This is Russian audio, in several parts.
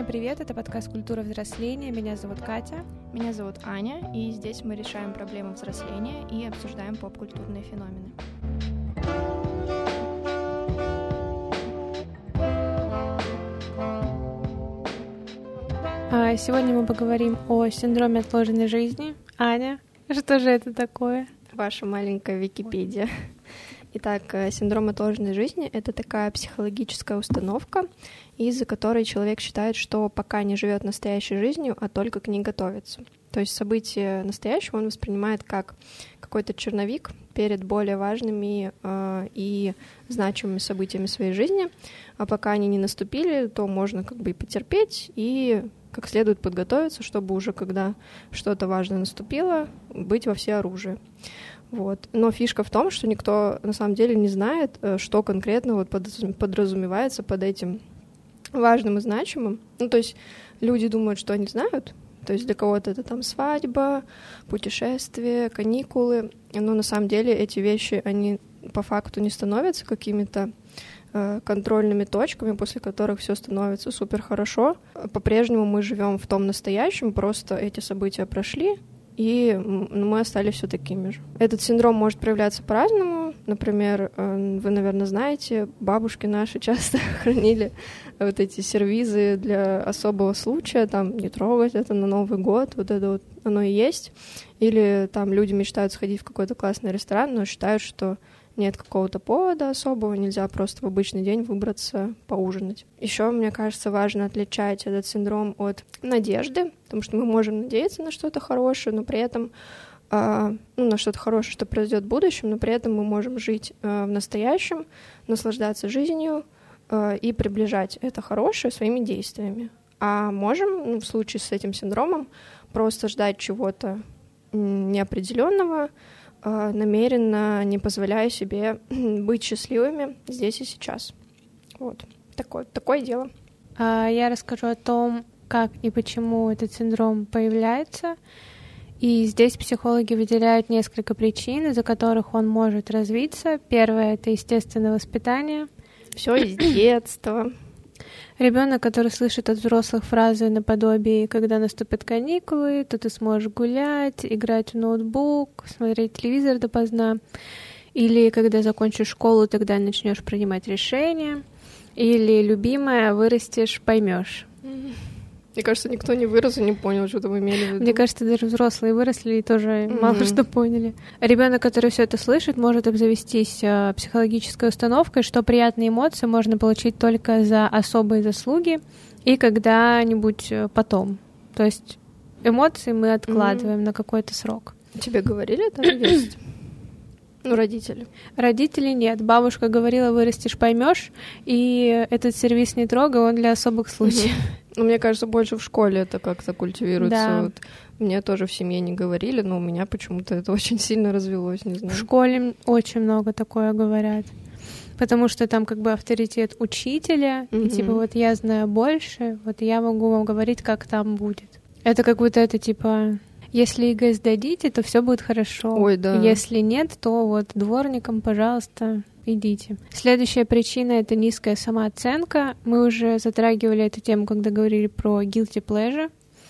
Всем привет, это подкаст «Культура взросления». Меня зовут Катя. Меня зовут Аня, и здесь мы решаем проблемы взросления и обсуждаем поп-культурные феномены. Сегодня мы поговорим о синдроме отложенной жизни. Аня, что же это такое? Ваша маленькая Википедия. Итак, синдром отложенной жизни — это такая психологическая установка, из-за которой человек считает, что пока не живет настоящей жизнью, а только к ней готовится. То есть события настоящего он воспринимает как какой-то черновик перед более важными и значимыми событиями своей жизни, а пока они не наступили, то можно как бы и потерпеть, и как следует подготовиться, чтобы уже когда что-то важное наступило, быть во всеоружии. Вот. Но фишка в том, что никто на самом деле не знает, что конкретно вот подразумевается под этим важным и значимым. Ну, то есть люди думают, что они знают, то есть для кого-то это там свадьба, путешествие, каникулы, но на самом деле эти вещи, они по факту не становятся какими-то контрольными точками, после которых все становится супер хорошо. По-прежнему мы живем в том настоящем, просто эти события прошли, и мы остались все такими же. Этот синдром может проявляться по-разному. Например, вы, наверное, знаете, бабушки наши часто хранили вот эти сервизы для особого случая, там, не трогать это на Новый год, вот это вот оно и есть. Или там люди мечтают сходить в какой-то классный ресторан, но считают, что нет какого-то повода особого, нельзя просто в обычный день выбраться поужинать. Еще, мне кажется, важно отличать этот синдром от надежды, потому что мы можем надеяться на что-то хорошее, но при этом на что-то хорошее, что произойдет в будущем, но при этом мы можем жить в настоящем, наслаждаться жизнью и приближать это хорошее своими действиями. А можем, в случае с этим синдромом, просто ждать чего-то неопределенного, намеренно не позволяя себе быть счастливыми здесь и сейчас. Вот. Такое дело. Я расскажу о том, как и почему этот синдром появляется. И здесь психологи выделяют несколько причин, из-за которых он может развиться. Первое — это естественное воспитание. Все из детства. Ребенок, который слышит от взрослых фразы наподобие «когда наступят каникулы, то ты сможешь гулять, играть в ноутбук, смотреть телевизор допоздна», или «когда закончишь школу, тогда начнешь принимать решения», или «любимая, вырастешь, поймешь». Мне кажется, никто не вырос и не понял, что там имели в виду. Мне кажется, даже взрослые выросли и тоже мало что поняли. Ребенок, который все это слышит, может обзавестись психологической установкой, что приятные эмоции можно получить только за особые заслуги и когда-нибудь потом. То есть эмоции мы откладываем на какой-то срок. Тебе говорили это в детстве? Родители. Родители нет. Бабушка говорила, вырастешь, поймешь, и этот сервис не трогай, он для особых случаев. Ну, мне кажется, больше в школе это как-то культивируется. Да. Вот. Мне тоже в семье не говорили, но у меня почему-то это очень сильно развелось, не знаю. В школе очень много такое говорят. Потому что там как бы авторитет учителя, и типа вот я знаю больше, вот я могу вам говорить, как там будет. Это как будто это типа... Если ЕГЭ сдадите, то все будет хорошо. Ой, да. Если нет, то вот дворником, пожалуйста, идите. Следующая причина — это низкая самооценка. Мы уже затрагивали эту тему, когда говорили про guilty pleasure.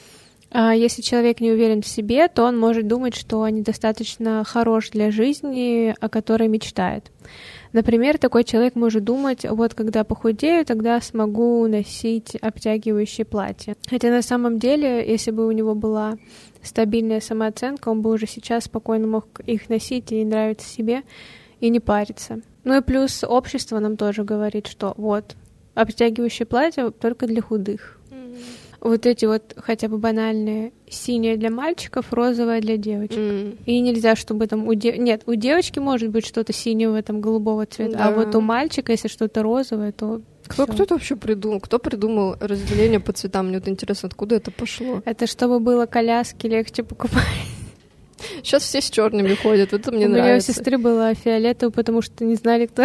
Если человек не уверен в себе, то он может думать, что он недостаточно хорош для жизни, о которой мечтает. Например, такой человек может думать, вот когда похудею, тогда смогу носить обтягивающее платье. Хотя на самом деле, если бы у него была стабильная самооценка, он бы уже сейчас спокойно мог их носить и нравиться себе, и не париться. Ну и плюс общество нам тоже говорит, что вот, обтягивающее платье только для худых. Вот эти вот хотя бы банальные: синее для мальчиков, розовое для девочек. И нельзя, чтобы там Нет, у девочки может быть что-то синего, там, голубого цвета, да. А вот у мальчика, если что-то розовое, то кто это вообще придумал? Кто придумал разделение по цветам? Мне вот интересно, откуда это пошло? Это чтобы было коляски легче покупать. Сейчас все с черными ходят, это мне нравится. У моей сестры была фиолетовая, потому что не знали, кто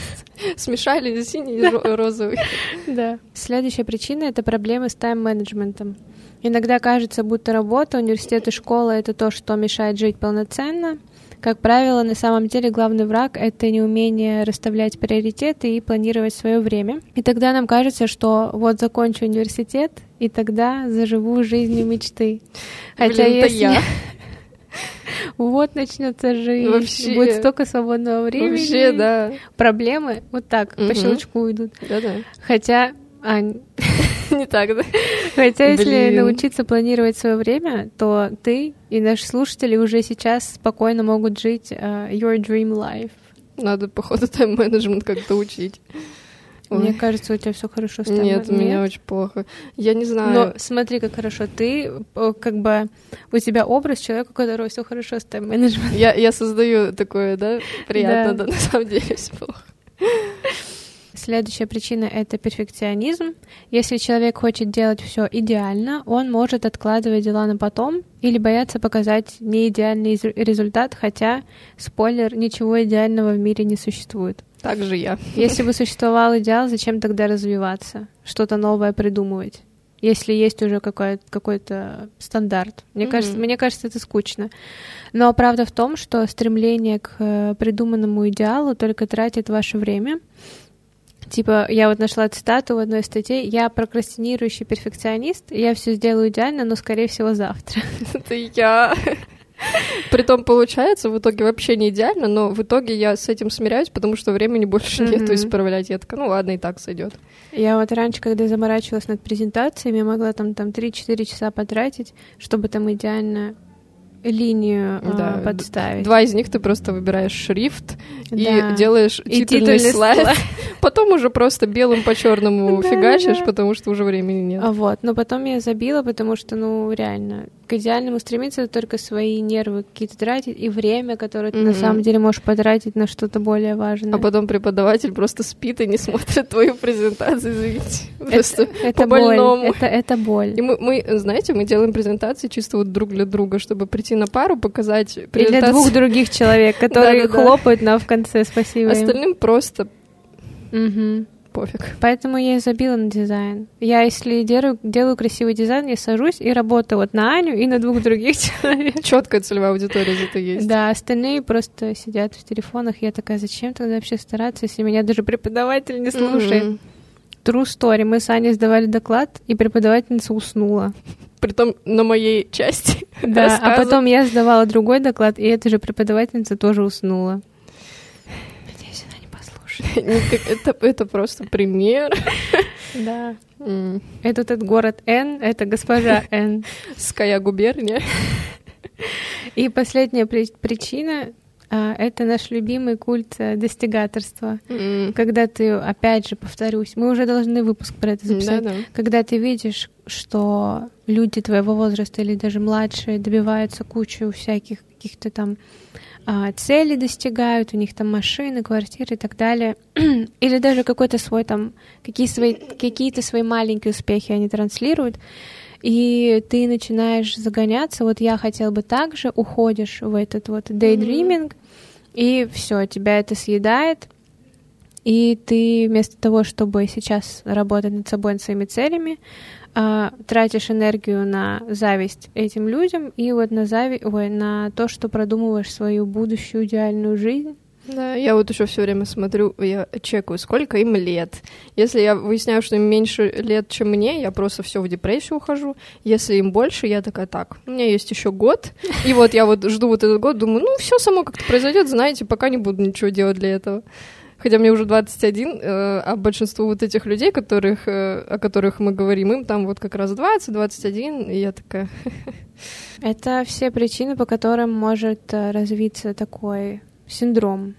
смешали синий и розовый. Да. Следующая причина — это проблемы с тайм-менеджментом. Иногда кажется, будто работа, университет и школа — это то, что мешает жить полноценно. Как правило, на самом деле главный враг — это неумение расставлять приоритеты и планировать свое время. И тогда нам кажется, что вот закончу университет, и тогда заживу жизнью мечты. Хотя Блин, если... это я. Вот начнется жизнь, Вообще. будет столько свободного времени. Вообще, да. Проблемы вот так, по щелчку уйдут. Да-да. Хотя... Не так, да? Хотя, если Блин. научиться планировать свое время, то ты и наши слушатели уже сейчас спокойно могут жить your dream life. Надо, походу, тайм-менеджмент как-то учить. Мне Ой. кажется, у тебя все хорошо с тайм- Нет, у меня очень плохо. Я не знаю. Но смотри, как хорошо. Ты, как бы, у тебя образ человека, у которого все хорошо с тайм-менеджментом. Я создаю такое, да? Приятно, Да. да, на самом деле все плохо. Следующая причина — это перфекционизм. Если человек хочет делать все идеально, он может откладывать дела на потом или бояться показать неидеальный результат, хотя, спойлер, ничего идеального в мире не существует. Так же я. Если бы существовал идеал, зачем тогда развиваться, что-то новое придумывать, если есть уже какой-то стандарт? Мне кажется, это скучно. Но правда в том, что стремление к придуманному идеалу только тратит ваше время. Типа, я вот нашла цитату в одной из статей: «Я прокрастинирующий перфекционист, и я все сделаю идеально, но, скорее всего, завтра». Это я. Притом получается в итоге вообще не идеально, но в итоге я с этим смиряюсь, потому что времени больше нету исправлять. Я такая, ну ладно, и так сойдет. Я вот раньше, когда заморачивалась над презентациями, я могла там 3-4 часа потратить, чтобы там идеально линию подставить. 2 из них ты просто выбираешь шрифт Да. и делаешь И титульный слайд. слайд. Потом уже просто белым по черному Да, фигачишь, да. потому что уже времени нет. Вот, но потом я забила, потому что, реально, к идеальному стремиться — это только свои нервы какие-то тратить и время, которое ты на самом деле можешь потратить на что-то более важное. А потом преподаватель просто спит и не смотрит твою презентацию, извините. Просто это по-больному. боль. Это боль. И мы, знаете, мы делаем презентации чисто вот друг для друга, чтобы прийти на пару, показать И презентацию. для 2 других человек, которые Да-да-да. хлопают нам в конце. Спасибо им. Остальным просто Мгм. пофиг. Поэтому я и забила на дизайн. Я, если делаю красивый дизайн, я сажусь и работаю вот на Аню и на 2 других человек. Четкая целевая аудитория зато есть. Да, остальные просто сидят в телефонах. Я такая, зачем тогда вообще стараться, если меня даже преподаватель не слушает? True story. Мы с Аней сдавали доклад, и преподавательница уснула. Притом на моей части. Да, а рассказа. потом я сдавала другой доклад, и эта же преподавательница тоже уснула. Надеюсь, она не послушает. Это просто пример. Да. Это город Н, это госпожа Н. Ская губерния. И последняя причина — это наш любимый культ достигаторства. Когда ты, опять же, повторюсь, мы уже должны выпуск про это записать. Да-да. Когда ты видишь, что люди твоего возраста или даже младшие добиваются кучу всяких каких-то там целей, достигают, у них там машины, квартиры и так далее, или даже какой-то свой там, какие-то свои маленькие успехи они транслируют, и ты начинаешь загоняться, вот я хотел бы так же, уходишь в этот вот daydreaming, и все, тебя это съедает, и ты вместо того, чтобы сейчас работать над собой, над своими целями, тратишь энергию на зависть этим людям и вот на то, что продумываешь свою будущую идеальную жизнь. Да, я вот еще все время смотрю, я чекаю, сколько им лет. Если я выясняю, что им меньше лет, чем мне, я просто все в депрессию ухожу. Если им больше, я такая, так, у меня есть еще год. И вот я вот жду вот этот год, думаю, все само как-то произойдет, знаете, пока не буду ничего делать для этого. Хотя мне уже 21, а большинству вот этих людей, о которых мы говорим, им там вот как раз 20-21, и я такая... Это все причины, по которым может развиться такой синдром.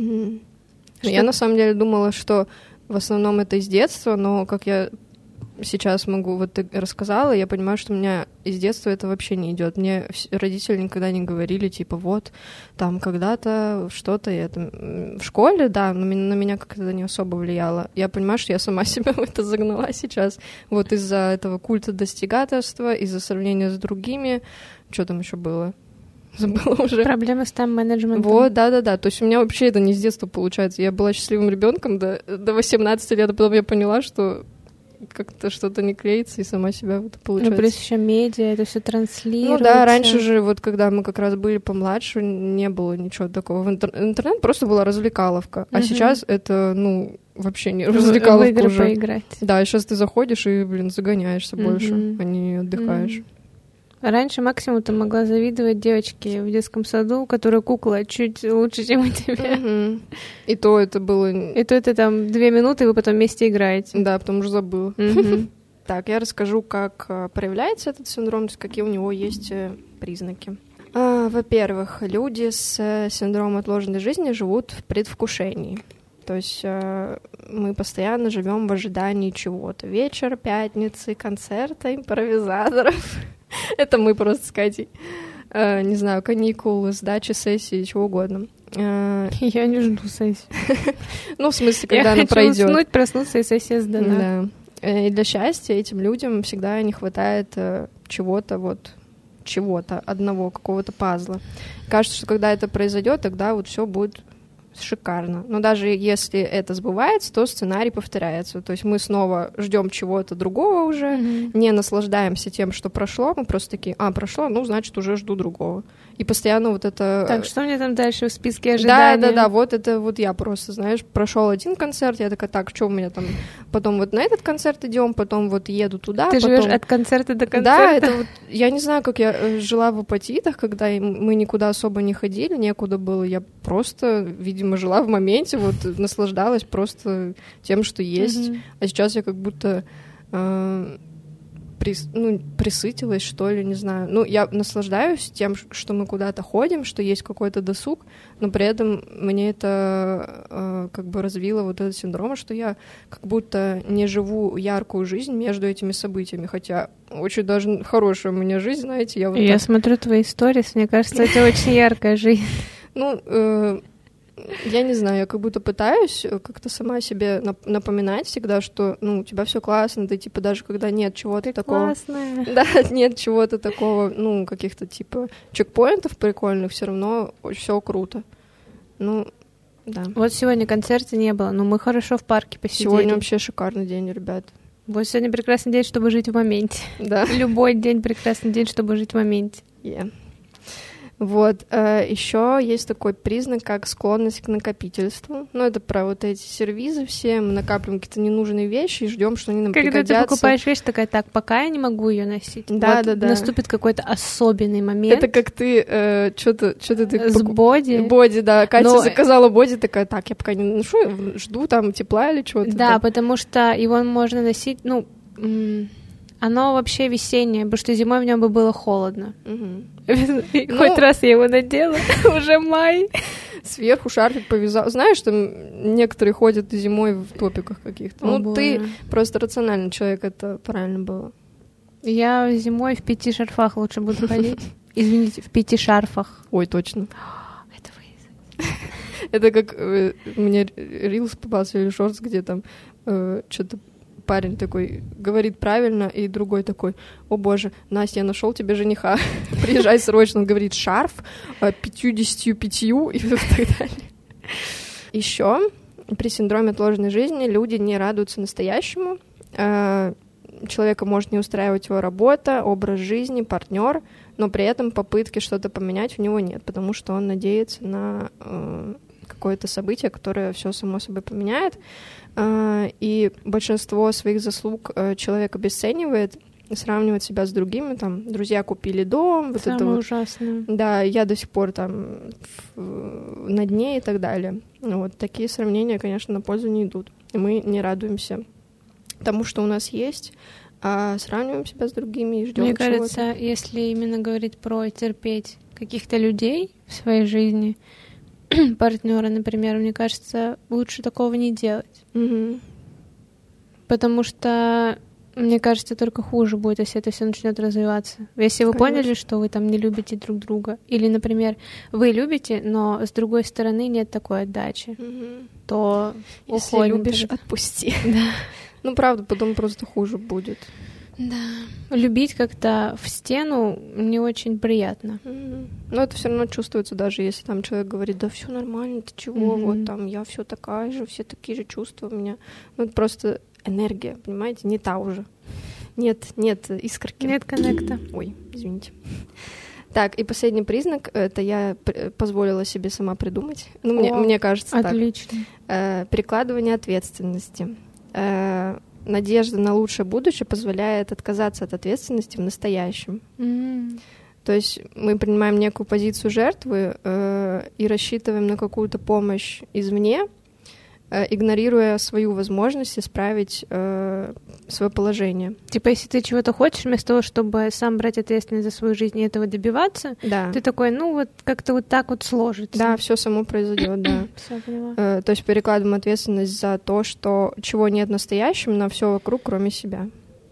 Я на самом деле думала, что в основном это из детства, но как я сейчас могу, вот ты рассказала, я понимаю, что у меня из детства это вообще не идет. Мне родители никогда не говорили, типа, вот, там когда-то что-то, в школе, да, но на меня как-то не особо влияло. Я понимаю, что я сама себя в это загнала сейчас, вот из-за этого культа достигаторства, из-за сравнения с другими. Что там еще было? Забыла уже. Проблемы с тайм-менеджментом. Вот, да. То есть у меня вообще это не с детства получается. Я была счастливым ребенком до 18 лет, а потом я поняла, что как-то что-то не клеится, и сама себя вот получается. Ну, плюс еще медиа, это все транслируется. Ну да, раньше же, вот когда мы как раз были помладше, не было ничего такого. Интернет просто была развлекаловка, а сейчас это, ну, вообще не развлекаловка в игры уже. Поиграть. Да, и сейчас ты заходишь и, загоняешься больше, а не отдыхаешь. Раньше максимум ты могла завидовать девочке в детском саду, у которой кукла чуть лучше, чем у тебя. И то это было... И то это там 2 минуты, и вы потом вместе играете. Да, потом уже забыла. Так, я расскажу, как проявляется этот синдром, то есть какие у него есть признаки. Во-первых, люди с синдромом отложенной жизни живут в предвкушении. То есть мы постоянно живем в ожидании чего-то. Вечер, пятницы, концерта, импровизаторов. Это мы просто с Катей. Не знаю, каникулы, сдачи сессии, чего угодно. Я не жду сессию. Ну, в смысле, когда она пройдет. Я хочу уснуть, проснуться, и сессия сдана. Да. И для счастья этим людям всегда не хватает чего-то, одного, какого-то пазла. Кажется, что когда это произойдет, тогда вот все будет шикарно. Но даже если это сбывается, то сценарий повторяется. То есть мы снова ждем чего-то другого уже, не наслаждаемся тем, что прошло, мы просто такие, прошло, ну, значит, уже жду другого. И постоянно вот это... Так, что мне там дальше в списке ожиданий? Да, вот это вот я просто, знаешь, прошел один концерт, я такая, так, что у меня там... Потом вот на этот концерт идем, потом вот еду туда, Ты потом... живешь от концерта до концерта? Да, это вот... Я не знаю, как я жила в апатитах, когда мы никуда особо не ходили, некуда было. Я просто, видимо, жила в моменте, вот наслаждалась просто тем, что есть. А сейчас я как будто... присытилась, что ли, не знаю. Ну, я наслаждаюсь тем, что мы куда-то ходим, что есть какой-то досуг, но при этом мне это как бы развило вот этот синдром, что я как будто не живу яркую жизнь между этими событиями, хотя очень даже хорошая у меня жизнь, знаете. Я смотрю твои сторис, мне кажется, это очень яркая жизнь. Ну, я не знаю, я как будто пытаюсь как-то сама себе напоминать всегда, что, ну, у тебя все классно, ты, типа, даже когда нет чего-то такого... Классная. Да, нет чего-то такого, ну, каких-то, типа, чекпоинтов прикольных, все равно все круто. Ну, да. Вот сегодня концерта не было, но мы хорошо в парке посидели. Сегодня вообще шикарный день, ребят. Вот сегодня прекрасный день, чтобы жить в моменте. Да. Любой день прекрасный день, чтобы жить в моменте. Вот, еще есть такой признак, как склонность к накопительству. Ну, это про вот эти сервизы все, мы накапливаем какие-то ненужные вещи и ждем, что они нам пригодятся. Когда ты покупаешь вещь, такая, так, пока я не могу ее носить. Да. Наступит какой-то особенный момент. Это как ты, что-то ты... С боди. Боди, да. Катя заказала боди, такая, так, я пока не ношу, жду там тепла или чего-то. Да, потому что его можно носить, ну... Оно вообще весеннее, потому что зимой в нем бы было холодно. Хоть раз я его надела, уже май. Сверху шарфик повязал. Знаешь, что некоторые ходят зимой в топиках каких-то. Ну, ты просто рациональный человек, это правильно было. Я зимой в 5 шарфах лучше буду ходить. Извините, в 5 шарфах. Ой, точно. Это вырезать. Это как мне рилс попался или шортс, где там что-то парень такой говорит правильно, и другой такой: о боже, Настя, я нашел тебе жениха, приезжай срочно. Он говорит: шарф 55 и так далее. Еще при синдроме отложенной жизни люди не радуются настоящему. Человека может не устраивать его работа, образ жизни, партнер, но при этом попытки что-то поменять у него нет, потому что он надеется на какое-то событие, которое все само собой поменяет. И большинство своих заслуг человек обесценивает, сравнивает себя с другими, там, друзья купили дом, вот самое это вот. Ужасное. Да, я до сих пор там на дне и так далее. Вот такие сравнения, конечно, на пользу не идут. И мы не радуемся тому, что у нас есть, а сравниваем себя с другими и ждем Мне чего-то. кажется, если именно говорить про терпеть каких-то людей в своей жизни, партнера, например, мне кажется, лучше такого не делать. Потому что, мне кажется, только хуже будет, если это все начнет развиваться. Если вы поняли, что вы там не любите друг друга, или, например, вы любите, но с другой стороны нет такой отдачи, то если уходим любишь, тогда. отпусти. Да. Ну, правда, потом просто хуже будет. Да. Любить как-то в стену не очень приятно. Но это все равно чувствуется, даже если там человек говорит: да все нормально, ты чего, вот там я все такая же, все такие же чувства у меня. Ну, это просто энергия, понимаете, не та уже. Нет искорки. Нет коннекта. Ой, извините. Так, и последний признак, это я позволила себе сама придумать. Ну, мне кажется, отлично. Так. Перекладывание ответственности. Надежда на лучшее будущее позволяет отказаться от ответственности в настоящем. То есть мы принимаем некую позицию жертвы и рассчитываем на какую-то помощь извне, игнорируя свою возможность исправить свое положение. Типа, если ты чего-то хочешь, вместо того, чтобы сам брать ответственность за свою жизнь и этого добиваться, да. Ты такой, ну вот как-то вот так вот сложится. Да, все само произойдет, да. Всё, поняла. То есть перекладываем ответственность за то, чего нет в настоящем, на все вокруг, кроме себя.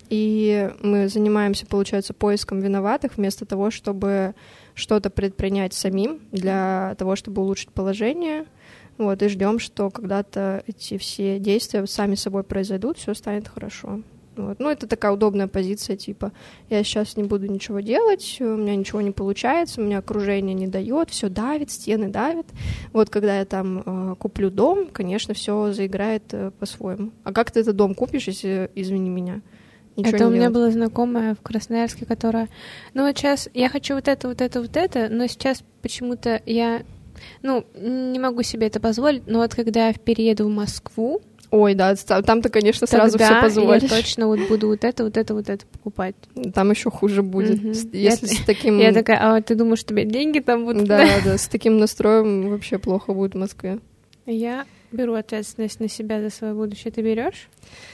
И мы занимаемся, получается, поиском виноватых вместо того, чтобы что-то предпринять самим для того, чтобы улучшить положение. Вот, и ждем, что когда-то эти все действия сами собой произойдут, все станет хорошо. Вот. Ну, это такая удобная позиция, типа, я сейчас не буду ничего делать, у меня ничего не получается, у меня окружение не дает, все давит, стены давят. Вот, когда я там куплю дом, конечно, все заиграет по-своему. А как ты этот дом купишь, если, извини меня, ничего это не у меня делать? была знакомая в Красноярске, которая, ну вот сейчас я хочу вот это, но сейчас почему-то я, ну, не могу себе это позволить, но вот когда я перееду в Москву, ой, да, там-то, конечно, сразу все тогда позволишь. я точно вот буду вот это покупать. Там еще хуже будет. Если с таким... Я такая, а ты думаешь, что у тебя деньги там будут? Да, с таким настроем вообще плохо будет в Москве. Я беру ответственность на себя за свое будущее. Ты берешь?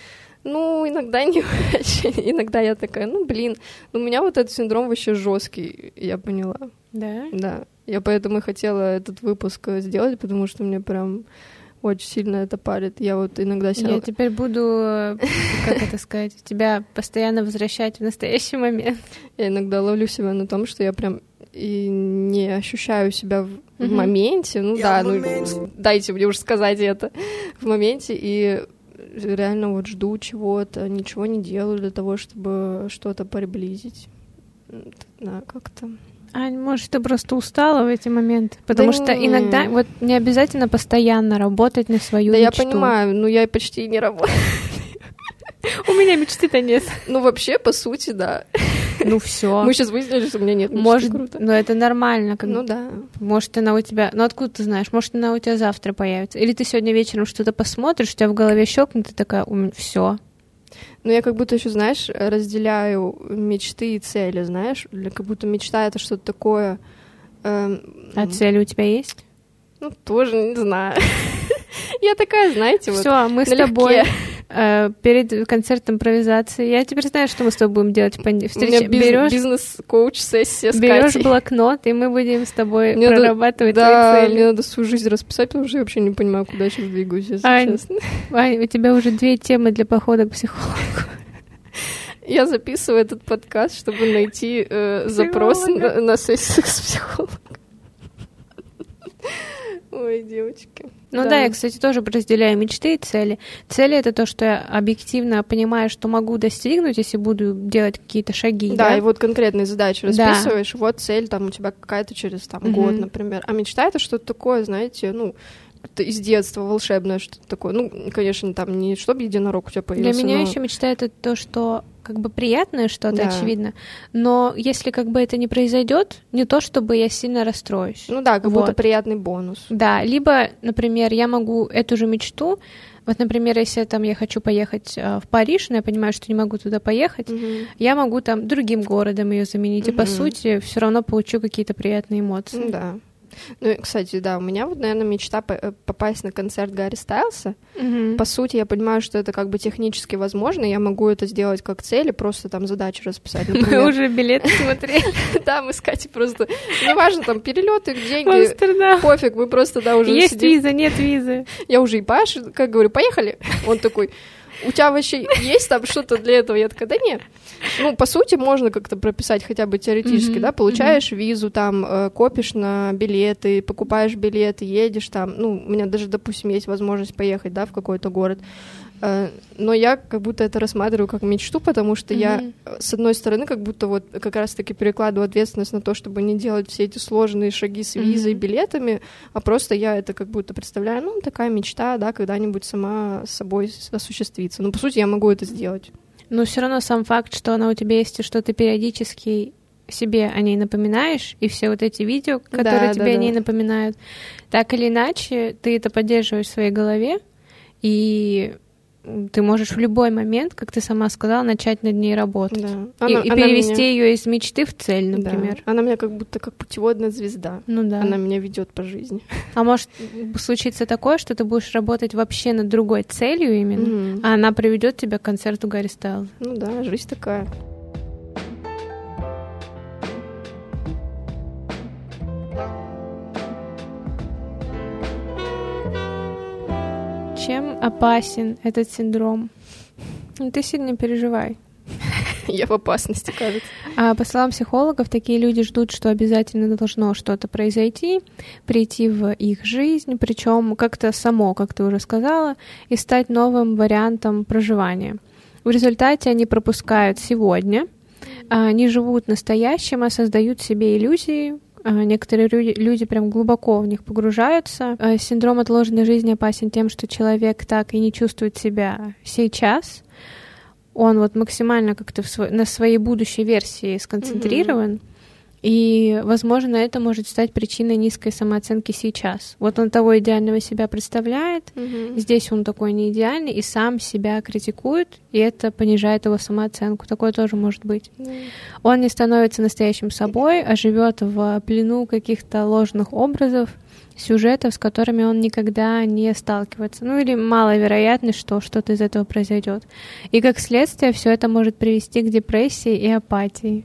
Ну, иногда не очень. Иногда я такая, у меня вот этот синдром вообще жесткий, я поняла. Да? Да. Я поэтому и хотела этот выпуск сделать, потому что мне прям очень сильно это парит. Я вот иногда себя... Я теперь буду, как это сказать, тебя постоянно возвращать в настоящий момент. Я иногда ловлю себя на том, что я прям и не ощущаю себя в моменте. Дайте мне уже сказать это. В моменте, и реально вот жду чего-то, ничего не делаю для того, чтобы что-то приблизить. Да, как-то... Ань, может, ты просто устала в эти моменты? Потому что иногда вот не обязательно постоянно работать на свою мечту. Да, я понимаю, но я почти не работаю. У меня мечты-то нет. Ну, вообще, по сути, да. Ну, все. Мы сейчас выяснили, что у меня нет мечты. Может, круто. но это нормально. Ну, да. Может, она у тебя... Ну, откуда ты знаешь? Может, она у тебя завтра появится. Или ты сегодня вечером что-то посмотришь, у тебя в голове щелкнет, и такая, все. Ну, я как будто еще, знаешь, разделяю мечты и цели, знаешь? Как будто мечта — это что-то такое... А цели у тебя есть? Ну, тоже не знаю. Я такая, знаете, вот все, мы с тобой перед концертом импровизации. Я теперь знаю, что мы с тобой будем делать. У меня бизнес-коуч-сессия с Катей. Берешь блокнот, и мы будем с тобой прорабатывать твои цели. Да, мне надо свою жизнь расписать, потому что я вообще не понимаю, куда я сейчас двигаюсь, если честно. Ань, у тебя уже 2 темы для похода к психологу. Я записываю этот подкаст, чтобы найти запрос на сессию с психологом. Ой, девочки. Ну да, я, кстати, тоже разделяю мечты и цели. Цели — это то, что я объективно понимаю, что могу достигнуть, если буду делать какие-то шаги. Да, и вот конкретные задачи расписываешь, вот цель там у тебя какая-то через год, например. А мечта — это что-то такое, знаете, это из детства волшебное что-то такое. Ну, конечно, там не чтобы единорог у тебя появился. Для меня еще мечта — это то, что как бы приятное что-то, очевидно, но если как бы это не произойдет, не то чтобы я сильно расстроюсь. Ну да, как будто приятный бонус. Да, либо, например, я могу эту же мечту, вот, например, если там я хочу поехать в Париж, но я понимаю, что не могу туда поехать, я могу там другим городом ее заменить, и по сути все равно получу какие-то приятные эмоции. Да. Ну, кстати, да, у меня вот, наверное, мечта попасть на концерт Гарри Стайлса. По сути, я понимаю, что это как бы технически возможно, я могу это сделать как цель и просто там задачи расписать. Мы уже билеты смотрели. Да, мы с Катей просто... Неважно, там, перелеты, деньги, пофиг, мы просто, да, уже есть виза, нет визы. Я уже и Паш, как говорю, поехали. Он такой... У тебя вообще есть там что-то для этого? Я такая, да нет. Ну, по сути, можно как-то прописать хотя бы теоретически, да, получаешь визу, там, копишь на билеты, покупаешь билеты, едешь там, ну, у меня даже, допустим, есть возможность поехать, да, в какой-то город, Но я как будто это рассматриваю как мечту, потому что я, с одной стороны, как будто вот как раз-таки перекладываю ответственность на то, чтобы не делать все эти сложные шаги с визой и билетами, а просто я это как будто представляю, ну, такая мечта, да, когда-нибудь сама с собой осуществится. Но, по сути, я могу это сделать. Но все равно сам факт, что она у тебя есть, и что ты периодически себе о ней напоминаешь, и все вот эти видео, которые тебе о ней напоминают, так или иначе, ты это поддерживаешь в своей голове, и ты можешь в любой момент, как ты сама сказала, начать над ней работать. Да. И перевести ее из мечты в цель, например. Да. Она меня как будто как путеводная звезда. Ну да. Она меня ведет по жизни. А может случиться такое, что ты будешь работать вообще над другой целью именно, а она приведет тебя к концерту Гарри Стайлза. Ну да, жизнь такая. Чем опасен этот синдром? Ну, ты сильно не переживай. Я в опасности, кажется. По словам психологов, такие люди ждут, что обязательно должно что-то произойти, прийти в их жизнь, причем как-то само, как ты уже сказала, и стать новым вариантом проживания. В результате они пропускают сегодня, не живут настоящим, а создают себе иллюзии. Некоторые люди прям глубоко в них погружаются. Синдром отложенной жизни опасен тем, что человек так и не чувствует себя сейчас. Он вот максимально как-то на своей будущей версии сконцентрирован. И, возможно, это может стать причиной низкой самооценки сейчас. Вот он того идеального себя представляет, здесь он такой не идеальный, и сам себя критикует, и это понижает его самооценку. Такое тоже может быть. Он не становится настоящим собой, а живет в плену каких-то ложных образов, сюжетов, с которыми он никогда не сталкивается. Ну или маловероятно, что что-то из этого произойдет. И как следствие все это может привести к депрессии и апатии.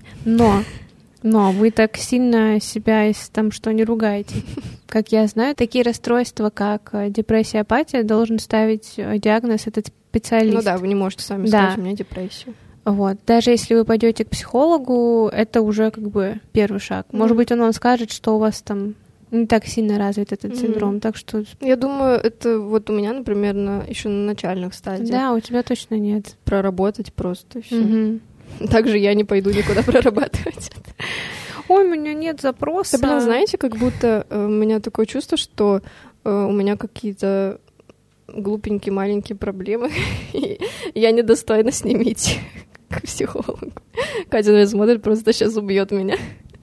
Но вы так сильно себя, если там что, не ругаете. Как я знаю, такие расстройства, как депрессия и апатия, должен ставить диагноз этот специалист. Ну да, вы не можете сами сказать, у меня депрессия. Вот. Даже если вы пойдете к психологу, это уже как бы первый шаг. Может быть, он вам скажет, что у вас там не так сильно развит этот синдром, так что... Я думаю, это вот у меня, например, еще на начальных стадиях. Да, у тебя точно нет. Проработать просто все. Также я не пойду никуда прорабатывать. Ой, у меня нет запроса. Да, блин, знаете, как будто у меня такое чувство, что у меня какие-то глупенькие маленькие проблемы, и я недостойна с ними идти к психологу. Катя на меня смотрит, просто сейчас убьет меня.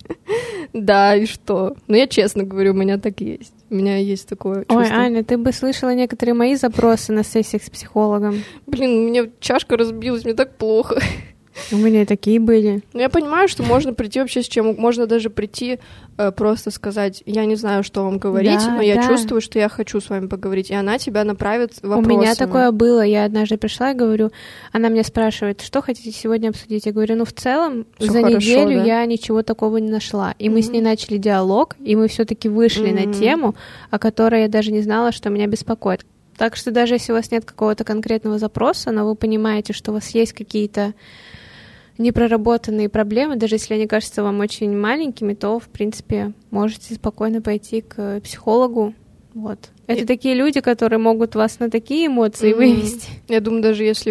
Да, и что? Ну, я честно говорю, у меня так есть. У меня есть такое чувство. Ой, Аня, ты бы слышала некоторые мои запросы на сессиях с психологом. Блин, у меня чашка разбилась, мне так плохо. У меня и такие были. Ну, я понимаю, что можно прийти вообще с чем... Можно даже прийти, просто сказать, я не знаю, что вам говорить, но я чувствую, что я хочу с вами поговорить, и она тебя направит вопросами. У меня такое было. Я однажды пришла и говорю, она меня спрашивает, что хотите сегодня обсудить? Я говорю, ну, в целом, всё за хорошо, неделю да? я ничего такого не нашла. И мы с ней начали диалог, и мы все-таки вышли на тему, о которой я даже не знала, что меня беспокоит. Так что даже если у вас нет какого-то конкретного запроса, но вы понимаете, что у вас есть какие-то непроработанные проблемы, даже если они кажутся вам очень маленькими, то, в принципе, можете спокойно пойти к психологу. Вот. Это такие люди, которые могут вас на такие эмоции вывести. Я думаю, даже если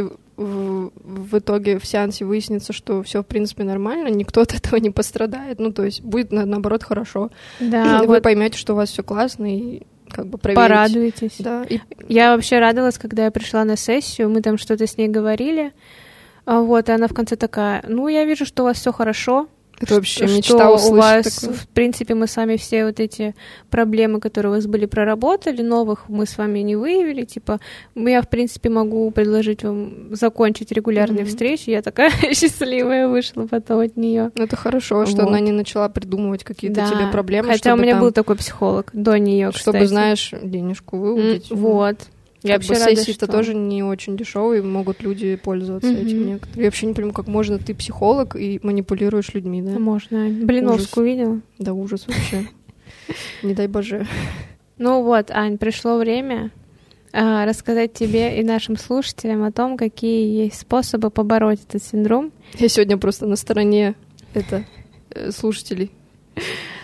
в итоге в сеансе выяснится, что все в принципе нормально, никто от этого не пострадает. Ну, то есть будет наоборот хорошо. Да, и вы поймете, что у вас все классно, и как бы проверить. Порадуетесь. Да. Я вообще радовалась, когда я пришла на сессию, мы там что-то с ней говорили. Вот, и она в конце такая, ну, я вижу, что у вас все хорошо. Это вообще что мечта услышать у вас, такое. В принципе, мы сами все вот эти проблемы, которые у вас были, проработали, новых мы с вами не выявили, типа, я, в принципе, могу предложить вам закончить регулярные встречи, я такая счастливая вышла потом от нее. Это хорошо, что она не начала придумывать какие-то тебе проблемы. Хотя у меня был такой психолог до нее, чтобы, кстати. знаешь, денежку выудить. Вот. Я вообще рада, сессии-то тоже не очень дешевые, могут люди пользоваться этим некоторые. Я вообще не понимаю, как можно, ты психолог и манипулируешь людьми, да? Можно. Блиновскую видела? Да, ужас вообще. Не дай боже. Ну вот, Ань, пришло время рассказать тебе и нашим слушателям о том, какие есть способы побороть этот синдром. Я сегодня просто на стороне слушателей.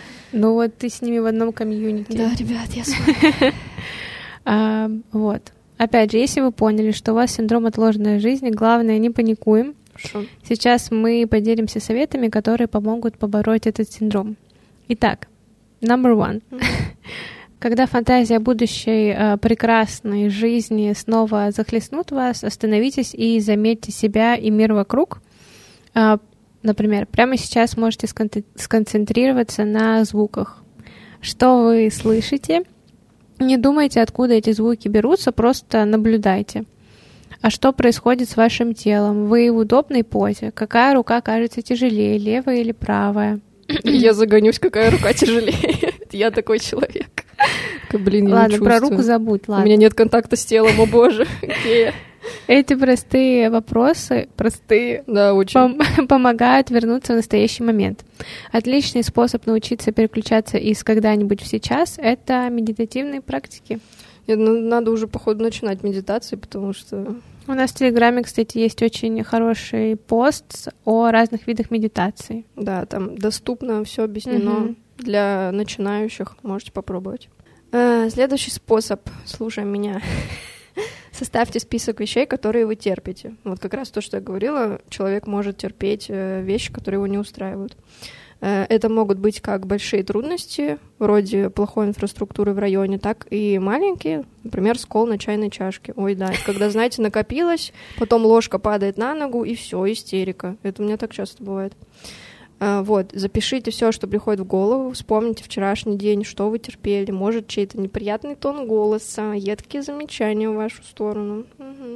Ну вот ты с ними в одном комьюнити. Да, ребят, я с вами. Вот. Опять же, если вы поняли, что у вас синдром отложенной жизни, главное, не паникуем. Хорошо. Сейчас мы поделимся советами, которые помогут побороть этот синдром. Итак, number one. Когда фантазия будущей прекрасной жизни снова захлестнут вас, остановитесь и заметьте себя и мир вокруг. Например, прямо сейчас можете сконцентрироваться на звуках. Что вы слышите? Не думайте, откуда эти звуки берутся, просто наблюдайте. А что происходит с вашим телом? Вы в удобной позе? Какая рука кажется тяжелее, левая или правая? Я загонюсь, какая рука тяжелее. Я такой человек. Блин, я ладно, не про чувствую. руку забудь, ладно. У меня нет контакта с телом, о боже. Где я? Эти простые вопросы, Да, очень. помогают вернуться в настоящий момент. Отличный способ научиться переключаться из когда-нибудь в сейчас — это медитативные практики. Надо уже, походу, начинать медитации, потому что... У нас в Телеграме, кстати, есть очень хороший пост о разных видах медитации. Да, там доступно, все объяснено для начинающих. Можете попробовать. Следующий способ, слушай меня. Составьте список вещей, которые вы терпите. Вот как раз то, что я говорила, человек может терпеть вещи, которые его не устраивают. Это могут быть как большие трудности, вроде плохой инфраструктуры в районе, так и маленькие, например, скол на чайной чашке. Ой, да, когда, знаете, накопилось, потом ложка падает на ногу, и все, истерика. Это у меня так часто бывает. Вот, запишите все, что приходит в голову, вспомните вчерашний день, что вы терпели, может, чей-то неприятный тон голоса, едкие замечания в вашу сторону.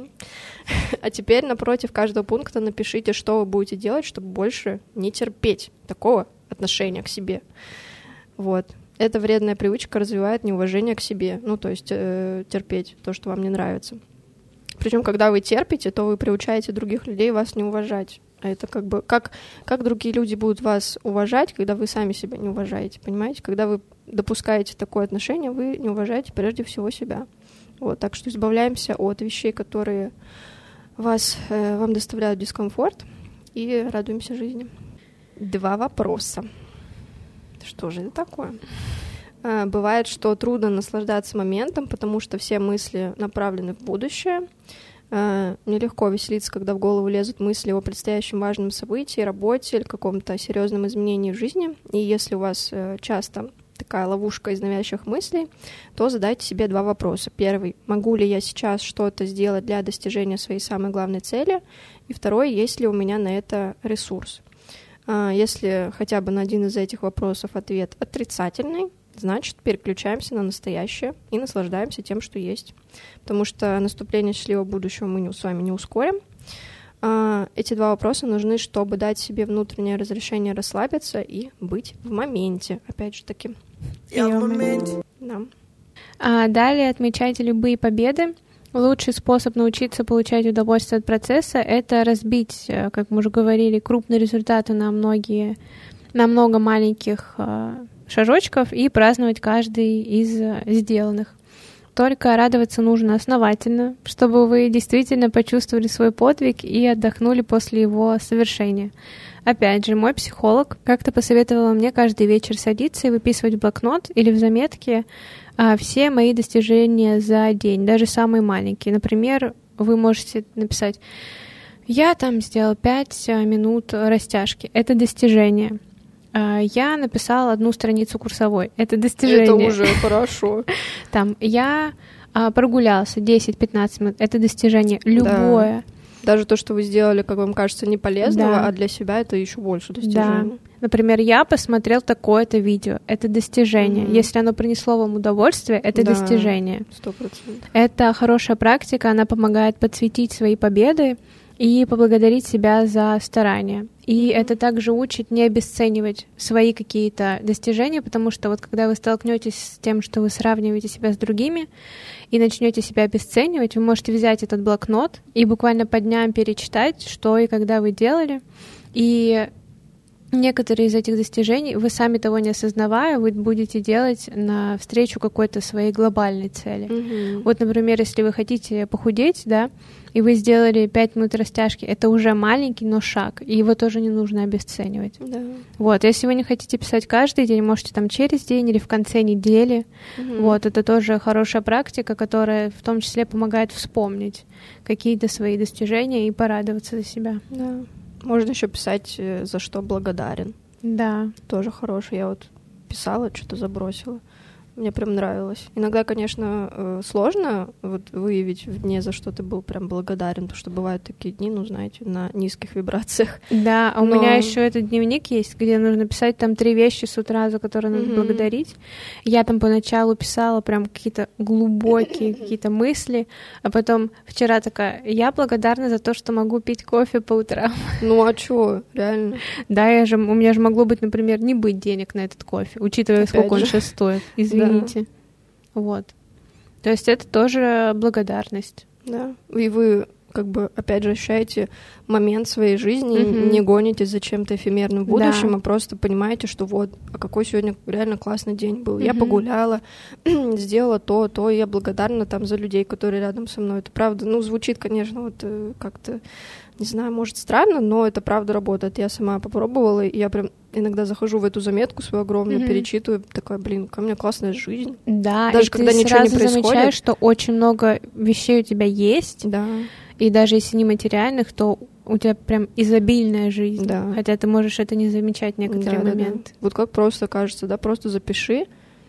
А теперь напротив каждого пункта напишите, что вы будете делать, чтобы больше не терпеть такого отношения к себе. Вот. Эта вредная привычка развивает неуважение к себе, ну, то есть терпеть то, что вам не нравится. Причем, когда вы терпите, то вы приучаете других людей вас не уважать. А это как бы... Как другие люди будут вас уважать, когда вы сами себя не уважаете, понимаете? Когда вы допускаете такое отношение, вы не уважаете прежде всего себя. Вот, так что избавляемся от вещей, которые вам доставляют дискомфорт, и радуемся жизни. 2 вопроса. Что же это такое? Бывает, что трудно наслаждаться моментом, потому что все мысли направлены в будущее. Нелегко веселиться, когда в голову лезут мысли о предстоящем важном событии, работе или каком-то серьезном изменении в жизни. И если у вас часто такая ловушка из навязчивых мыслей, то задайте себе 2 вопроса. Первый: могу ли я сейчас что-то сделать для достижения своей самой главной цели? И второй: есть ли у меня на это ресурс? Если хотя бы на один из этих вопросов ответ отрицательный, значит, переключаемся на настоящее и наслаждаемся тем, что есть. Потому что наступление счастливого будущего мы с вами не ускорим. Эти 2 вопроса нужны, чтобы дать себе внутреннее разрешение расслабиться и быть в моменте. Опять же таки. Я в моменте. Да. Далее отмечайте любые победы. Лучший способ научиться получать удовольствие от процесса — это разбить, как мы уже говорили, крупные результаты на много маленьких шажочков и праздновать каждый из сделанных. Только радоваться нужно основательно, чтобы вы действительно почувствовали свой подвиг и отдохнули после его совершения. Опять же, мой психолог как-то посоветовала мне каждый вечер садиться и выписывать в блокнот или в заметке все мои достижения за день, даже самые маленькие. Например, вы можете написать: «Я там сделал 5 минут растяжки». Это достижение. Я написала 1 страницу курсовой. Это достижение. Это уже хорошо. Там я прогулялся 10-15 минут. Это достижение. Любое. Да. Даже то, что вы сделали, как вам кажется, не полезного, да. А для себя это еще больше достижений. Да. Например, я посмотрел такое-то видео. Это достижение. Если оно принесло вам удовольствие, это достижение. 100%. Это хорошая практика. Она помогает подсветить свои победы и поблагодарить себя за старания. И это также учит не обесценивать свои какие-то достижения, потому что вот когда вы столкнетесь с тем, что вы сравниваете себя с другими и начнете себя обесценивать, вы можете взять этот блокнот и буквально по дням перечитать, что и когда вы делали, и некоторые из этих достижений, вы сами того не осознавая, вы будете делать навстречу какой-то своей глобальной цели. Вот, например, если вы хотите похудеть, да, и вы сделали 5 минут растяжки, это уже маленький, но шаг, и его тоже не нужно обесценивать. Да. Вот, если вы не хотите писать каждый день, можете там через день или в конце недели. Вот, это тоже хорошая практика, которая в том числе помогает вспомнить какие-то свои достижения и порадоваться за себя. Да. Можно еще писать, за что благодарен. Да. Тоже хороший. Я вот писала, что-то забросила. Мне прям нравилось. Иногда, конечно, сложно вот выявить в дне, за что ты был прям благодарен, потому что бывают такие дни, ну, знаете, на низких вибрациях. Да, а у меня еще этот дневник есть, где нужно писать там 3 вещи с утра, за которые надо благодарить. Я там поначалу писала прям какие-то глубокие какие-то мысли, а потом вчера такая, я благодарна за то, что могу пить кофе по утрам. Ну, а чё, реально? Да, у меня же могло быть, например, не быть денег на этот кофе, учитывая, сколько он сейчас стоит. Извините. Вот. То есть это тоже благодарность. Да. И вы, как бы, опять же, ощущаете момент своей жизни, не гонитесь за чем-то эфемерным в будущем, а просто понимаете, что вот, а какой сегодня реально классный день был. Я погуляла, сделала то, и я благодарна там за людей, которые рядом со мной. Это правда, ну, звучит, конечно, вот как-то, не знаю, может, странно, но это правда работает. Я сама попробовала, и я прям иногда захожу в эту заметку свою огромную, перечитываю, такая, блин, какая у меня классная жизнь. Да, даже и когда ты ничего не сразу происходит. замечаешь, что очень много вещей у тебя есть, Да. И даже если не материальных, то у тебя прям изобильная жизнь. Да. Хотя ты можешь это не замечать в некоторые моменты. Да. Вот как просто кажется, да, просто запиши.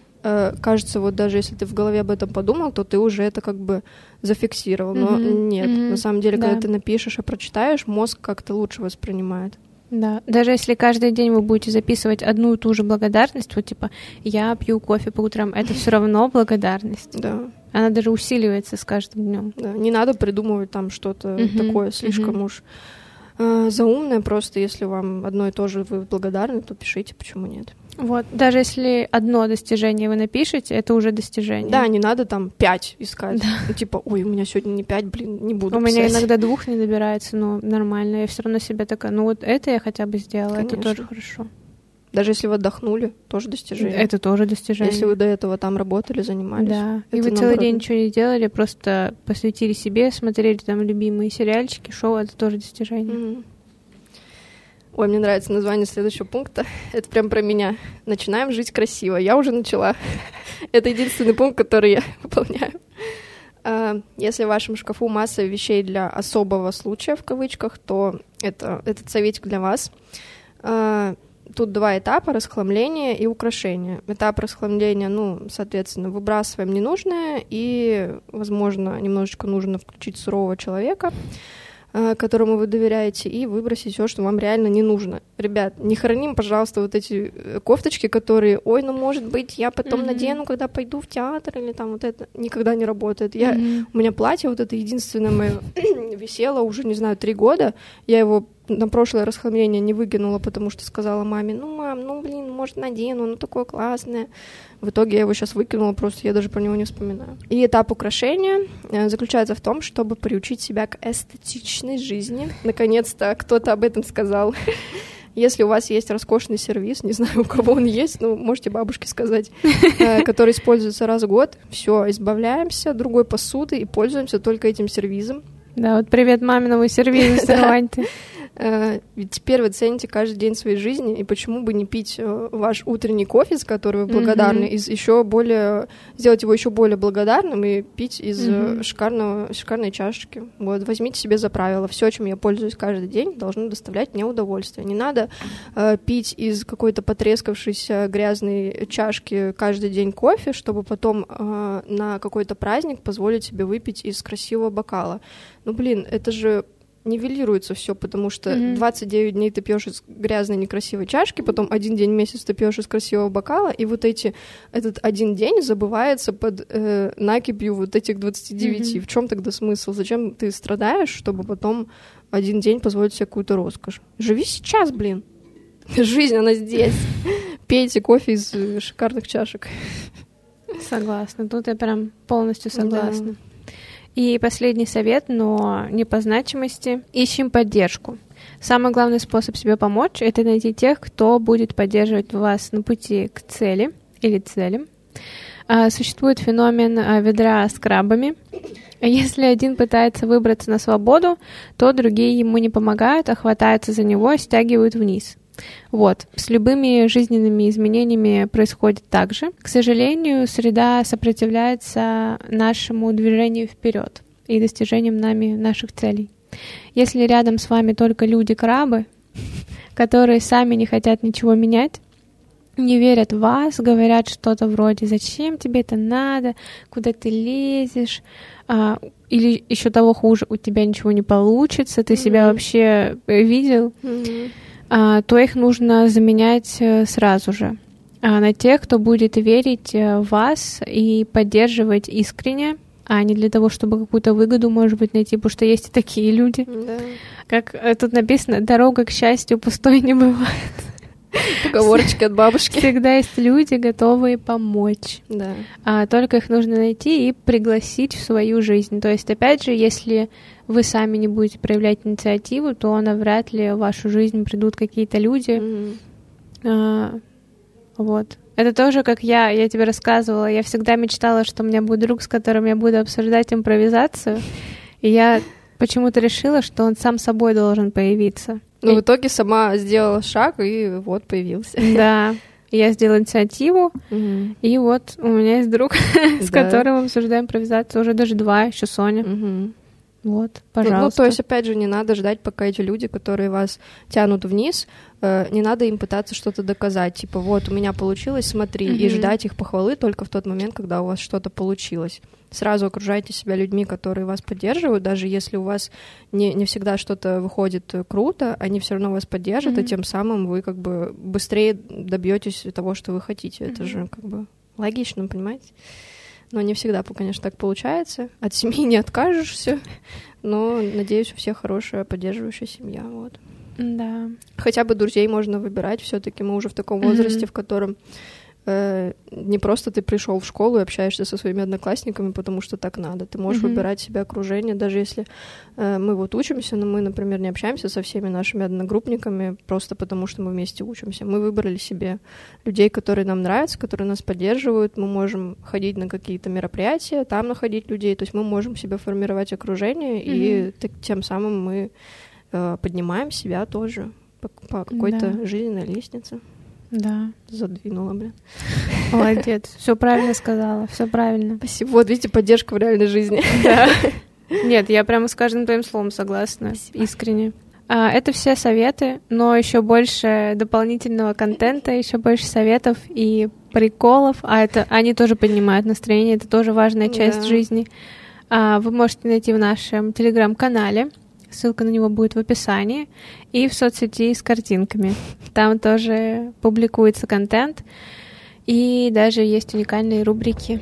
Кажется, вот даже если ты в голове об этом подумал, то ты уже это как бы зафиксировал. Но нет, на самом деле, когда ты напишешь и прочитаешь, мозг как-то лучше воспринимает. Да, даже если каждый день вы будете записывать одну и ту же благодарность, вот типа «я пью кофе по утрам», это все равно благодарность. Да. Она даже усиливается с каждым днем. Да, не надо придумывать там что-то такое слишком уж заумное, просто если вам одно и то же вы благодарны, то пишите, почему нет. Вот, даже если одно достижение вы напишете, это уже достижение. Да, не надо там 5 искать. Да. Ну, типа, ой, у меня сегодня не 5, блин, не буду писать. У меня иногда 2 не добирается, но нормально. Я все равно себя такая, ну вот это я хотя бы сделала, конечно. Это тоже хорошо. Даже если вы отдохнули, тоже достижение. Это тоже достижение. Если вы до этого там работали, занимались. Да, и вы целый день ничего не делали, просто посвятили себе, смотрели там любимые сериальчики, шоу, это тоже достижение. Ой, мне нравится название следующего пункта. Это прям про меня. Начинаем жить красиво. Я уже начала. Это единственный пункт, который я выполняю. Если в вашем шкафу масса вещей для особого случая, в кавычках, то этот советик для вас. Тут 2 этапа: расхламление и украшение. Этап расхламления, соответственно, выбрасываем ненужное, и, возможно, немножечко нужно включить сурового человека, которому вы доверяете, и выбросить все, что вам реально не нужно. Ребят, не храним, пожалуйста, вот эти кофточки, которые, ой, может быть, я потом надену, когда пойду в театр, или там вот это. Никогда не работает. У меня платье вот это единственное мое висело уже, не знаю, 3 года. Я его на прошлое расхламление не выкинула, потому что сказала маме, мам, может, надену, такое классное. В итоге я его сейчас выкинула, просто я даже про него не вспоминаю. И этап украшения заключается в том, чтобы приучить себя к эстетичной жизни. Наконец-то кто-то об этом сказал. Если у вас есть роскошный сервиз, не знаю, у кого он есть, можете бабушке сказать, который используется раз в год, все, избавляемся от другой посуды и пользуемся только этим сервизом. Да, вот привет маминому сервизу, Сарваньте. Ведь теперь вы цените каждый день своей жизни, и почему бы не пить ваш утренний кофе, за который вы благодарны, сделать его еще более благодарным и пить из шикарной чашечки. Вот, возьмите себе за правило: все, чем я пользуюсь каждый день, должно доставлять мне удовольствие. Не надо пить из какой-то потрескавшейся грязной чашки каждый день кофе, чтобы потом на какой-то праздник позволить себе выпить из красивого бокала. Это же нивелируется все, потому что 29 дней ты пьешь из грязной некрасивой чашки, потом 1 день в месяц ты пьешь из красивого бокала, и этот 1 день забывается под накипью вот этих 29. В чем тогда смысл? Зачем ты страдаешь, чтобы потом 1 день позволить себе какую-то роскошь? Живи сейчас, блин. Жизнь, она здесь. Пейте кофе из шикарных чашек. Согласна. Тут я прям полностью согласна. Да. И последний совет, но не по значимости. Ищем поддержку. Самый главный способ себе помочь — это найти тех, кто будет поддерживать вас на пути к цели или целям. Существует феномен ведра с крабами. Если один пытается выбраться на свободу, то другие ему не помогают, а хватаются за него и стягивают вниз. Вот. С любыми жизненными изменениями происходит так же. К сожалению, среда сопротивляется нашему движению вперед и достижениям нами наших целей. Если рядом с вами только люди-крабы, которые сами не хотят ничего менять, не верят в вас, говорят что-то вроде «Зачем тебе это надо? Куда ты лезешь?» Или еще того хуже, у тебя ничего не получится, ты себя вообще видел, то их нужно заменять сразу же на тех, кто будет верить в вас и поддерживать искренне, а не для того, чтобы какую-то выгоду, может быть, найти, потому что есть и такие люди. Да. Как тут написано, дорога к счастью пустой не бывает. Поговорочки от бабушки. Всегда есть люди, готовые помочь. Да. Только их нужно найти и пригласить в свою жизнь. То есть, опять же, если вы сами не будете проявлять инициативу, то навряд ли в вашу жизнь придут какие-то люди. Вот. Это тоже, как я тебе рассказывала, я всегда мечтала, что у меня будет друг, с которым я буду обсуждать импровизацию, и я почему-то решила, что он сам собой должен появиться. Но в итоге сама сделала шаг, и вот появился. Да, я сделала инициативу, и вот у меня есть друг, с которым мы обсуждаем импровизацию, уже даже 2, еще Соня. Вот, пожалуйста. Ну, то есть, опять же, не надо ждать, пока эти люди, которые вас тянут вниз, не надо им пытаться что-то доказать. Типа, вот, у меня получилось, смотри, и ждать их похвалы только в тот момент, когда у вас что-то получилось. Сразу окружайте себя людьми, которые вас поддерживают, даже если у вас не всегда что-то выходит круто, они все равно вас поддержат, и тем самым вы как бы быстрее добьетесь того, что вы хотите. Это же как бы логично, понимаете? Но не всегда, конечно, так получается. От семьи не откажешься, но, надеюсь, у всех хорошая поддерживающая семья. Вот. Да. Хотя бы друзей можно выбирать. Все-таки мы уже в таком возрасте, в котором не просто ты пришел в школу и общаешься со своими одноклассниками, потому что так надо. Ты можешь выбирать себе окружение, даже если мы вот учимся, но мы, например, не общаемся со всеми нашими одногруппниками просто потому, что мы вместе учимся. Мы выбрали себе людей, которые нам нравятся, которые нас поддерживают. Мы можем ходить на какие-то мероприятия, там находить людей. То есть мы можем себе формировать окружение, и тем самым мы поднимаем себя тоже по какой-то жизненной лестнице. Да. Задвинула, блин. Молодец. Все правильно сказала, все правильно. Спасибо. Вот, видите, поддержка в реальной жизни. Да. Нет, я прямо с каждым твоим словом согласна. Спасибо. Искренне. Это все советы, но еще больше дополнительного контента, еще больше советов и приколов. Это они тоже поднимают настроение, это тоже важная часть жизни. Вы можете найти в нашем телеграм-канале. Ссылка на него будет в описании. И в соцсети с картинками. Там тоже публикуется контент. И даже есть уникальные рубрики.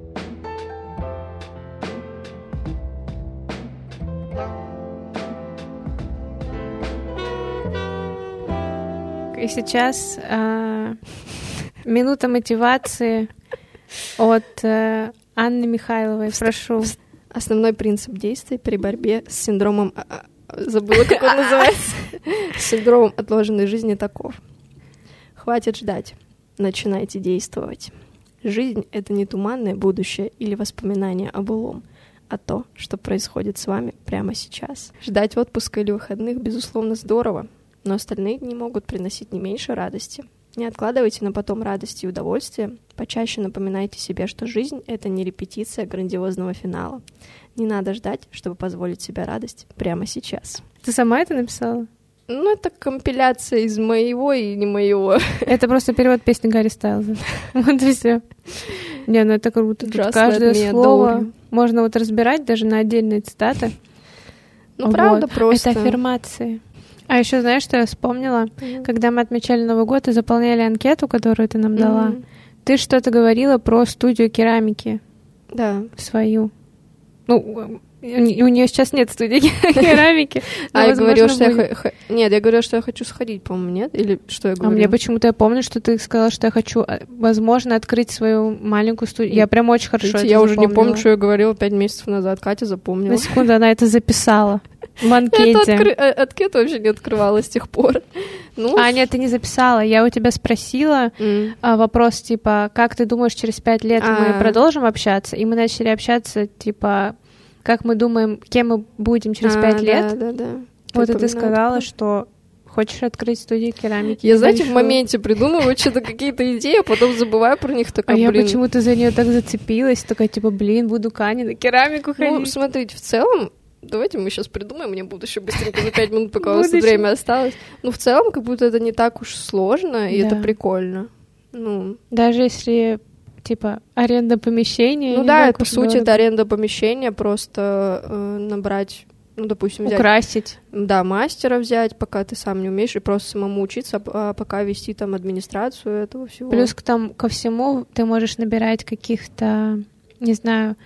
И сейчас минута мотивации от Анны Михайловой. Прошу. Основной принцип действий при борьбе с синдромом... Забыла, как он называется. С синдромом отложенной жизни таков. Хватит ждать. Начинайте действовать. Жизнь — это не туманное будущее или воспоминание о былом, а то, что происходит с вами прямо сейчас. Ждать отпуска или выходных, безусловно, здорово, но остальные дни могут приносить не меньше радости. Не откладывайте на потом радости и удовольствия. Почаще напоминайте себе, что жизнь — это не репетиция грандиозного финала. Не надо ждать, чтобы позволить себе радость прямо сейчас. Ты сама это написала? Ну, это компиляция из моего и не моего. Это просто перевод песни Гарри Стайлза. Вот и все. Не, ну это круто. Тут каждое слово можно вот разбирать даже на отдельные цитаты. Ну, правда, просто. Это аффирмации. А еще знаешь, что я вспомнила? Когда мы отмечали Новый год и заполняли анкету, которую ты нам дала, ты что-то говорила про студию керамики. Да. Свою. Ну, у нее сейчас нет студии керамики. Я говорила, что Нет, я говорила, что я хочу сходить, по-моему, нет? Или что я говорила? А мне почему-то я помню, что ты сказала, что я хочу, возможно, открыть свою маленькую студию. Я прям очень хорошо это Я уже не помню, что я говорила 5 месяцев назад. Катя запомнила. На секунду она это записала. в анкете. Анкета вообще не открывала с тех пор. Ну, Аня, ты не записала. Я у тебя спросила вопрос, типа, как ты думаешь, через 5 лет мы продолжим общаться? И мы начали общаться, типа, как мы думаем, кем мы будем через 5 лет? Да. Вот и ты сказала, что хочешь открыть студию керамики. Я, знаете, в моменте придумываю что-то, какие-то идеи, а потом забываю про них. Такая, я почему-то за нее так зацепилась, такая, типа, буду к Ане на керамику ходить. Ну, смотрите, в целом, давайте мы сейчас придумаем, мне будущее быстренько за 5 минут, пока у вас время осталось. Ну, в целом, как будто это не так уж сложно, и это прикольно. Ну. Даже если, типа, аренда помещения. Ну да, по сути, это аренда помещения, просто набрать, ну, допустим, взять... Украсить. Да, мастера взять, пока ты сам не умеешь, и просто самому учиться, а пока вести там администрацию этого всего. Плюс ко всему ты можешь набирать каких-то, не знаю,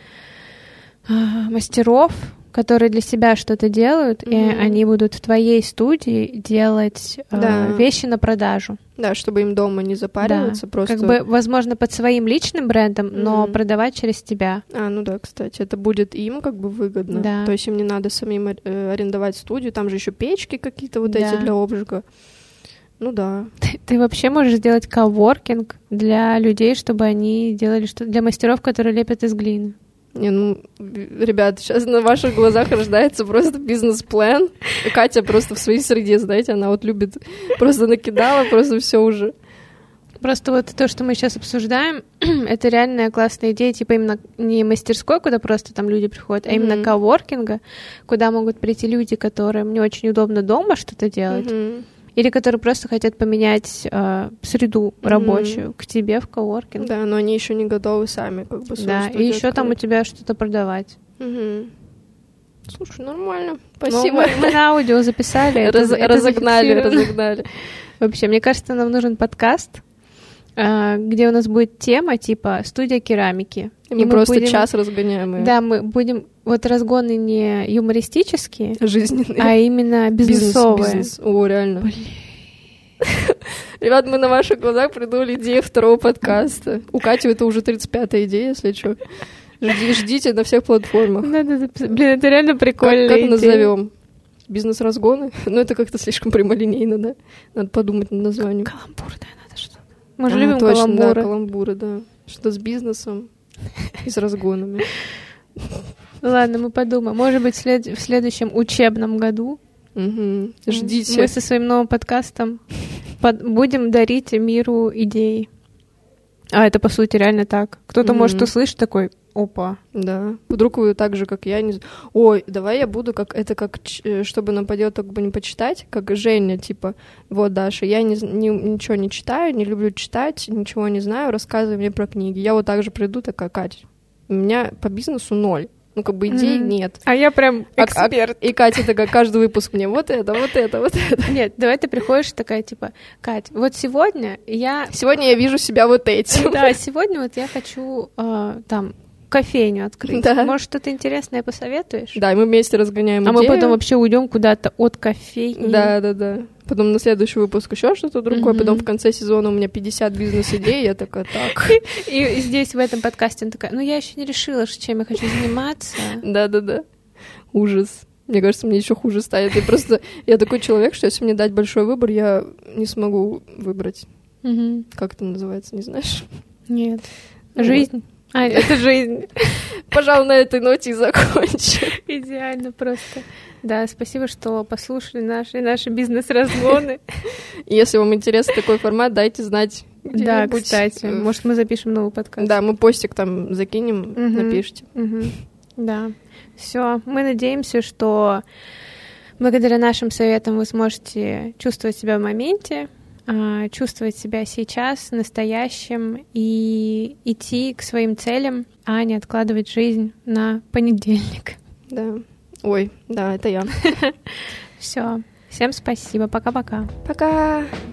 мастеров, которые для себя что-то делают, и они будут в твоей студии делать вещи на продажу. Да, чтобы им дома не запариваться, просто... Как бы, возможно, под своим личным брендом, но продавать через тебя. Ну да, кстати, это будет им как бы выгодно. Да. То есть им не надо самим арендовать студию, там же еще печки какие-то вот эти для обжига. Ну да. Ты вообще можешь сделать коворкинг для людей, чтобы они делали что-то для мастеров, которые лепят из глины. Не, ну, ребят, сейчас на ваших глазах рождается просто бизнес-план. И Катя просто в своей среде, знаете, она вот любит, просто накидала, просто все уже. Просто вот то, что мы сейчас обсуждаем, это реальная классная идея, типа именно не мастерской, куда просто там люди приходят, а именно коворкинга, куда могут прийти люди, которым не очень удобно дома что-то делать, или которые просто хотят поменять среду рабочую к тебе в коворкинг. Да, но они еще не готовы сами как бы. Да, и еще там у тебя что-то продавать. Слушай, нормально. Спасибо. Мы на аудио записали. Разогнали. Вообще, мне кажется, нам нужен подкаст, где у нас будет тема типа «Студия керамики». И мы просто час разгоняем ее. Да, мы будем... Вот разгоны не юмористические, жизненные, а именно бизнесовые. Бизнес. О, реально. Блин. Ребят, мы на ваших глазах придумали идею второго подкаста. У Кати это уже 35-я идея, если что. Ждите на всех платформах. Блин, это реально прикольно. Как назовем? Бизнес-разгоны? Ну, это как-то слишком прямолинейно, да? Надо подумать над названием. Каламбурное надо что-то. Мы же любим каламбуры. Да, каламбуры, да. Что с бизнесом и с разгонами. Ладно, мы подумаем. Может быть, в следующем учебном году ждите. Мы со своим новым подкастом будем дарить миру идеи. А это, по сути, реально так. Кто-то может услышать такой, опа. Да. Вдруг вы так же, как я, не... Ой, давай я буду чтобы нам поделать, так бы не почитать, как Женя, типа, вот, Даша, я ничего не читаю, не люблю читать, ничего не знаю, рассказывай мне про книги. Я вот так же приду, такая, Катя, у меня по бизнесу 0. Ну, как бы идей нет. А я прям эксперт. И Катя такая, каждый выпуск мне вот это. Нет, давай ты приходишь такая, типа, Кать, вот сегодня я вижу себя вот этим. Да, сегодня вот я хочу там кофейню открыть. Да. Может, что-то интересное посоветуешь? Да, и мы вместе разгоняем идею. А мы потом вообще уйдем куда-то от кофейни. Да. Потом на следующий выпуск еще что-то другое. Потом в конце сезона у меня 50 бизнес-идей. Я такая, так. И здесь в этом подкасте она такая, я еще не решила, чем я хочу заниматься. Да. Ужас. Мне кажется, мне еще хуже станет. Я такой человек, что если мне дать большой выбор, я не смогу выбрать. Как это называется, не знаешь? Нет. Жизнь. Это жизнь. Пожалуй, на этой ноте и закончим. Идеально просто. Да, спасибо, что послушали наши бизнес-разгоны. Если вам интересен такой формат, дайте знать. Да, кстати. Может, мы запишем новый подкаст. Да, мы постик там закинем, напишите. Да. Все. Мы надеемся, что благодаря нашим советам вы сможете чувствовать себя в моменте, чувствовать себя сейчас, настоящим, и идти к своим целям, а не откладывать жизнь на понедельник. Да. Ой, да, это я. Все. Всем спасибо. Пока-пока. Пока.